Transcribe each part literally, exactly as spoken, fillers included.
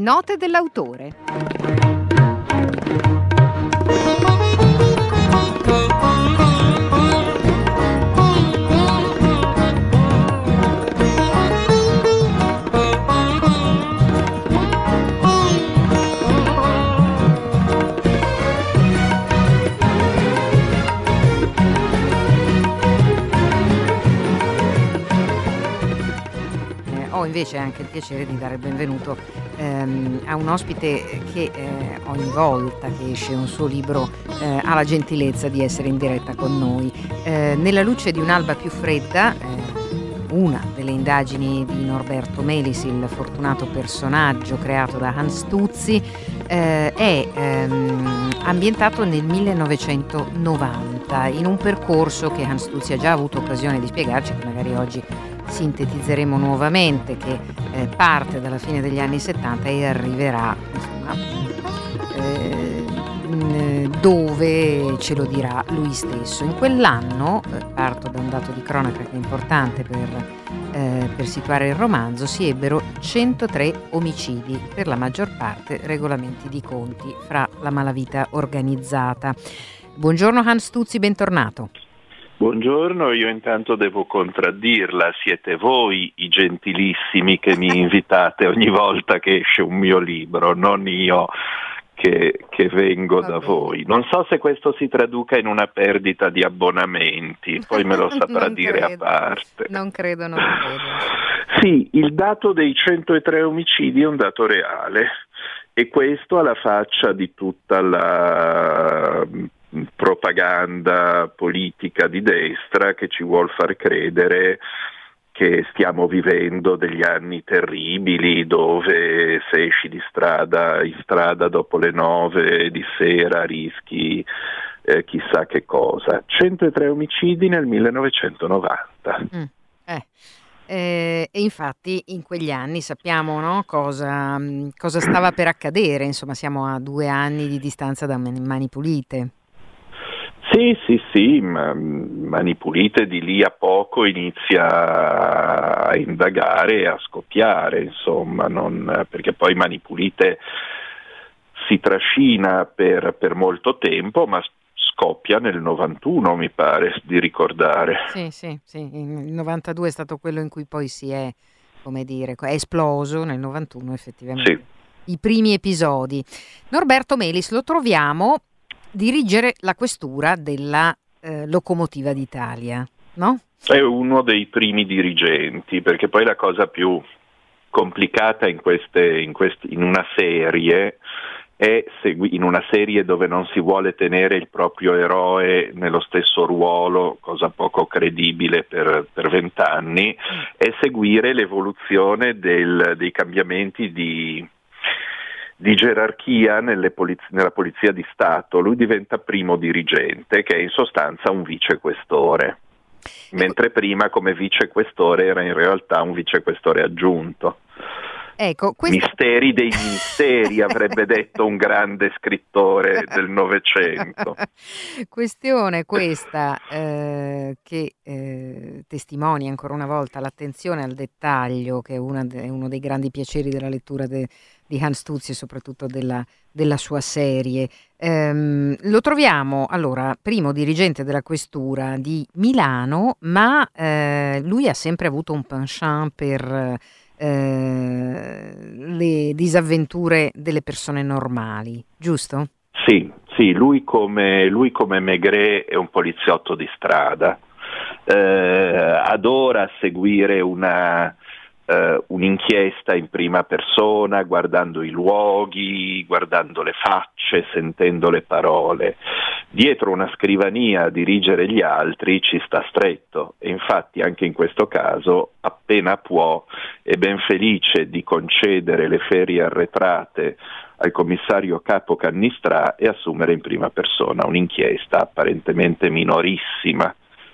Note dell'autore. Invece anche il piacere di dare il benvenuto ehm, a un ospite che eh, ogni volta che esce un suo libro eh, ha la gentilezza di essere in diretta con noi. Eh, nella luce di un'alba più fredda, eh, una delle indagini di Norberto Melis, il fortunato personaggio creato da Hans Tuzzi, eh, è ehm, ambientato nel millenovecentonovanta in un percorso che Hans Tuzzi ha già avuto occasione di spiegarci, che magari oggi sintetizzeremo nuovamente, che eh, parte dalla fine degli anni settanta e arriverà insomma eh, dove ce lo dirà lui stesso. In quell'anno, eh, parto da un dato di cronaca che è importante per, eh, per situare il romanzo, si ebbero centotré omicidi, per la maggior parte regolamenti di conti fra la malavita organizzata. Buongiorno Hans Tuzzi, bentornato. Buongiorno, io intanto devo contraddirla, siete voi i gentilissimi che mi invitate ogni volta che esce un mio libro, non io che, che vengo Va da bene. voi. Non so se questo si traduca in una perdita di abbonamenti, poi me lo saprà dire credo, a parte. Non credo, non credo. Sì, il dato dei centotré omicidi è un dato reale e questo alla faccia di tutta la propaganda politica di destra che ci vuol far credere che stiamo vivendo degli anni terribili dove se esci di strada in strada dopo le nove di sera rischi eh, chissà che cosa. centotré omicidi nel millenovecentonovanta. Mm, eh. Eh, e infatti in quegli anni sappiamo, no, cosa, cosa stava per accadere, insomma siamo a due anni di distanza da Mani Pulite. Sì, sì, sì, ma Mani Pulite di lì a poco inizia a indagare e a scoppiare, insomma, non, perché poi Mani Pulite si trascina per, per molto tempo, ma scoppia nel novantuno, mi pare di ricordare. Sì, sì, sì, il novantadue è stato quello in cui poi si è, come dire, è esploso nel novantuno effettivamente. Sì. I primi episodi. Norberto Melis lo troviamo dirigere la questura della eh, Locomotiva d'Italia, no? È uno dei primi dirigenti, perché poi la cosa più complicata in queste, in queste, in una serie è segui, in una serie dove non si vuole tenere il proprio eroe nello stesso ruolo, cosa poco credibile per per vent'anni, è seguire l'evoluzione del, dei cambiamenti di di gerarchia nelle poliz- nella Polizia di Stato. Lui diventa primo dirigente, che è in sostanza un vicequestore, mentre prima come vicequestore era in realtà un vicequestore aggiunto. Ecco, questa... Misteri dei misteri, avrebbe detto un grande scrittore del Novecento. Questione questa eh, che eh, testimonia ancora una volta l'attenzione al dettaglio, che è, una de- è uno dei grandi piaceri della lettura de- di Hans Tuzzi e soprattutto della, della sua serie. Ehm, lo troviamo, allora, primo dirigente della questura di Milano, ma eh, lui ha sempre avuto un penchant per... Eh, le disavventure delle persone normali, giusto? Sì, sì, lui come, lui come Maigret è un poliziotto di strada, eh, adora seguire una, eh, un'inchiesta in prima persona, guardando i luoghi, guardando le facce, sentendo le parole. Dietro una scrivania a dirigere gli altri ci sta stretto e infatti anche in questo caso appena può è ben felice di concedere le ferie arretrate al commissario capo Cannistrà e assumere in prima persona un'inchiesta apparentemente minorissima.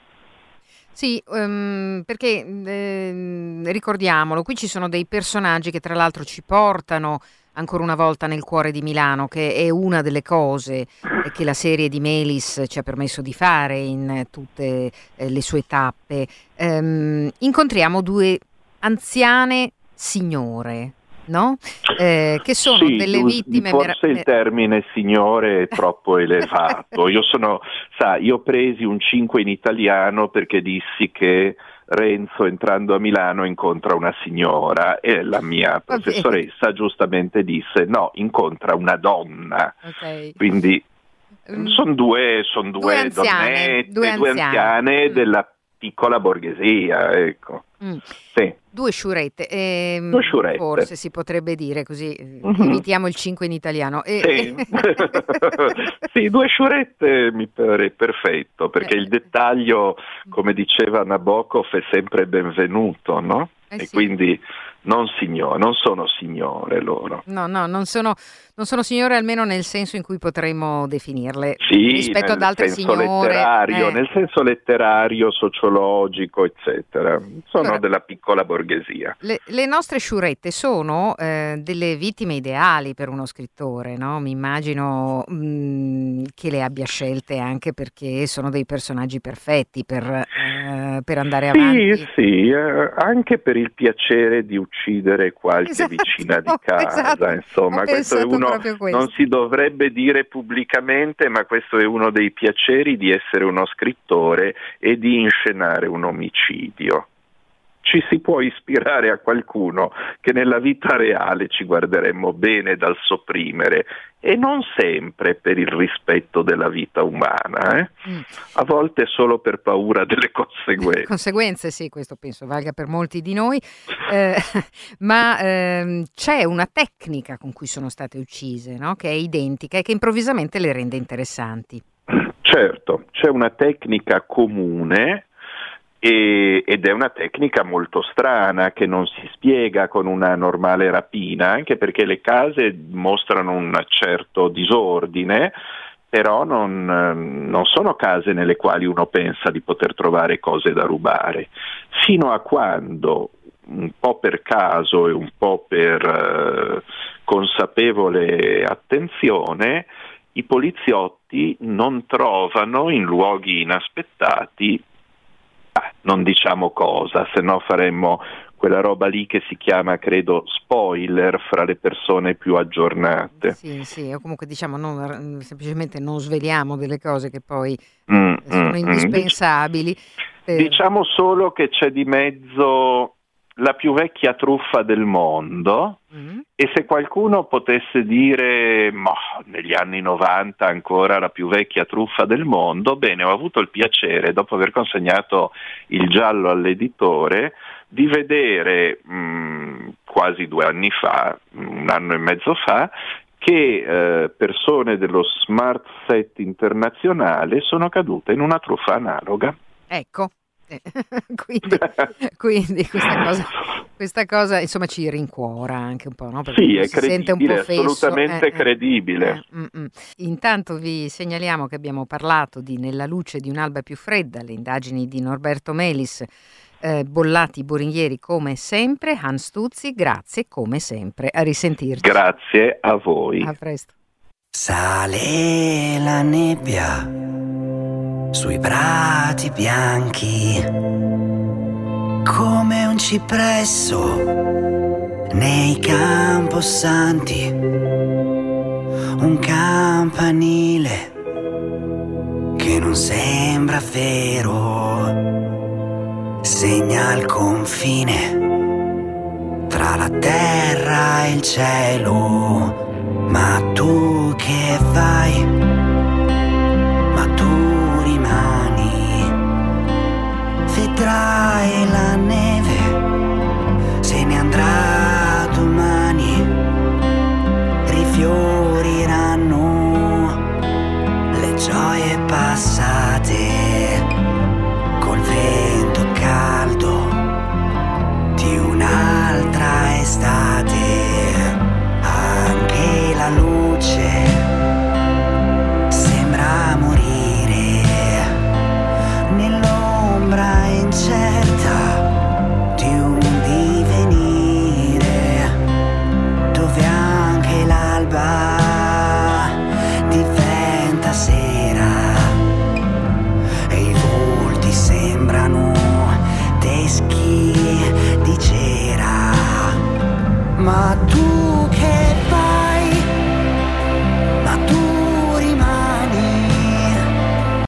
Sì, um, perché eh, ricordiamolo, qui ci sono dei personaggi che tra l'altro ci portano ancora una volta nel cuore di Milano, che è una delle cose che la serie di Melis ci ha permesso di fare in tutte eh, le sue tappe. Um, incontriamo due anziane signore, no? Eh, che sono sì, delle vittime... forse mer- il termine signore è troppo elevato. Io sono, sa, io presi un cinque in italiano perché dissi che Renzo entrando a Milano incontra una signora e la mia professoressa giustamente disse no, incontra una donna. Okay. Quindi Mm. sono due, son due, due anziane, donnette, due due anziane, anziane mm. della piccola borghesia, ecco. Mm. Sì. Due sciurette, ehm, Due sciurette. forse si potrebbe dire così, Mm-hmm. evitiamo il cinque in italiano. E, sì. Sì, due sciurette mi pare perfetto, perché il dettaglio, come diceva Nabokov, è sempre benvenuto, no? Eh e sì. quindi non signore, non sono signore loro. No, no, non sono, non sono signore almeno nel senso in cui potremmo definirle, sì, rispetto ad altre senso signore. Letterario, Eh. Nel senso letterario, sociologico, eccetera. Sono Allora, della piccola borghesia. Le, le nostre sciurette sono eh, delle vittime ideali per uno scrittore, no? Mi immagino mh, che le abbia scelte anche perché sono dei personaggi perfetti per, eh, per andare sì, avanti. Sì, eh, anche per il piacere di uccidere qualche esatto, vicina di casa, esatto. insomma, Ho questo è pensato uno, proprio questo. non si dovrebbe dire pubblicamente, ma questo è uno dei piaceri di essere uno scrittore e di inscenare un omicidio. Ci si può ispirare a qualcuno che nella vita reale ci guarderemmo bene dal sopprimere e non sempre per il rispetto della vita umana, eh? mm. a volte solo per paura delle conseguenze. Conseguenze, sì, questo penso valga per molti di noi, eh, ma ehm, c'è una tecnica con cui sono state uccise, no? Che è identica e che improvvisamente le rende interessanti. Certo, c'è una tecnica comune E, ed è una tecnica molto strana che non si spiega con una normale rapina, anche perché le case mostrano un certo disordine, però non, non sono case nelle quali uno pensa di poter trovare cose da rubare, fino a quando, un po' per caso e un po' per eh, consapevole attenzione, i poliziotti non trovano in luoghi inaspettati, Ah, non diciamo cosa, se no faremmo quella roba lì che si chiama, credo, spoiler fra le persone più aggiornate. Sì, sì, o comunque diciamo non, semplicemente non sveliamo delle cose che poi mm, sono mm, indispensabili. Mm. Per... Diciamo solo che c'è di mezzo la più vecchia truffa del mondo mm. e se qualcuno potesse dire ma negli anni novanta ancora la più vecchia truffa del mondo, bene, ho avuto il piacere, dopo aver consegnato il giallo all'editore, di vedere mh, quasi due anni fa, un anno e mezzo fa, che eh, persone dello Smart Set internazionale sono cadute in una truffa analoga. Ecco. quindi, quindi questa cosa, questa cosa insomma ci rincuora anche un po', no? Perché sì, è si sente un po' fesso. Assolutamente eh, credibile. Eh, mm, mm. Intanto vi segnaliamo che abbiamo parlato di Nella luce di un'alba più fredda, le indagini di Norberto Melis, eh, Bollati Boringhieri come sempre, Hans Tuzzi, grazie come sempre, a risentirci. Grazie a voi. A presto. Sale la nebbia sui prati bianchi, come un cipresso nei camposanti, un campanile che non sembra vero, segna il confine tra la terra e il cielo. Ma tu che fai? Ma tu rimani, vedrai la neve, se ne andrà domani, rifioriranno le gioie passate, col vento caldo di un'altra estate. Anche la luce sembra morire nell'ombra incerta ma tu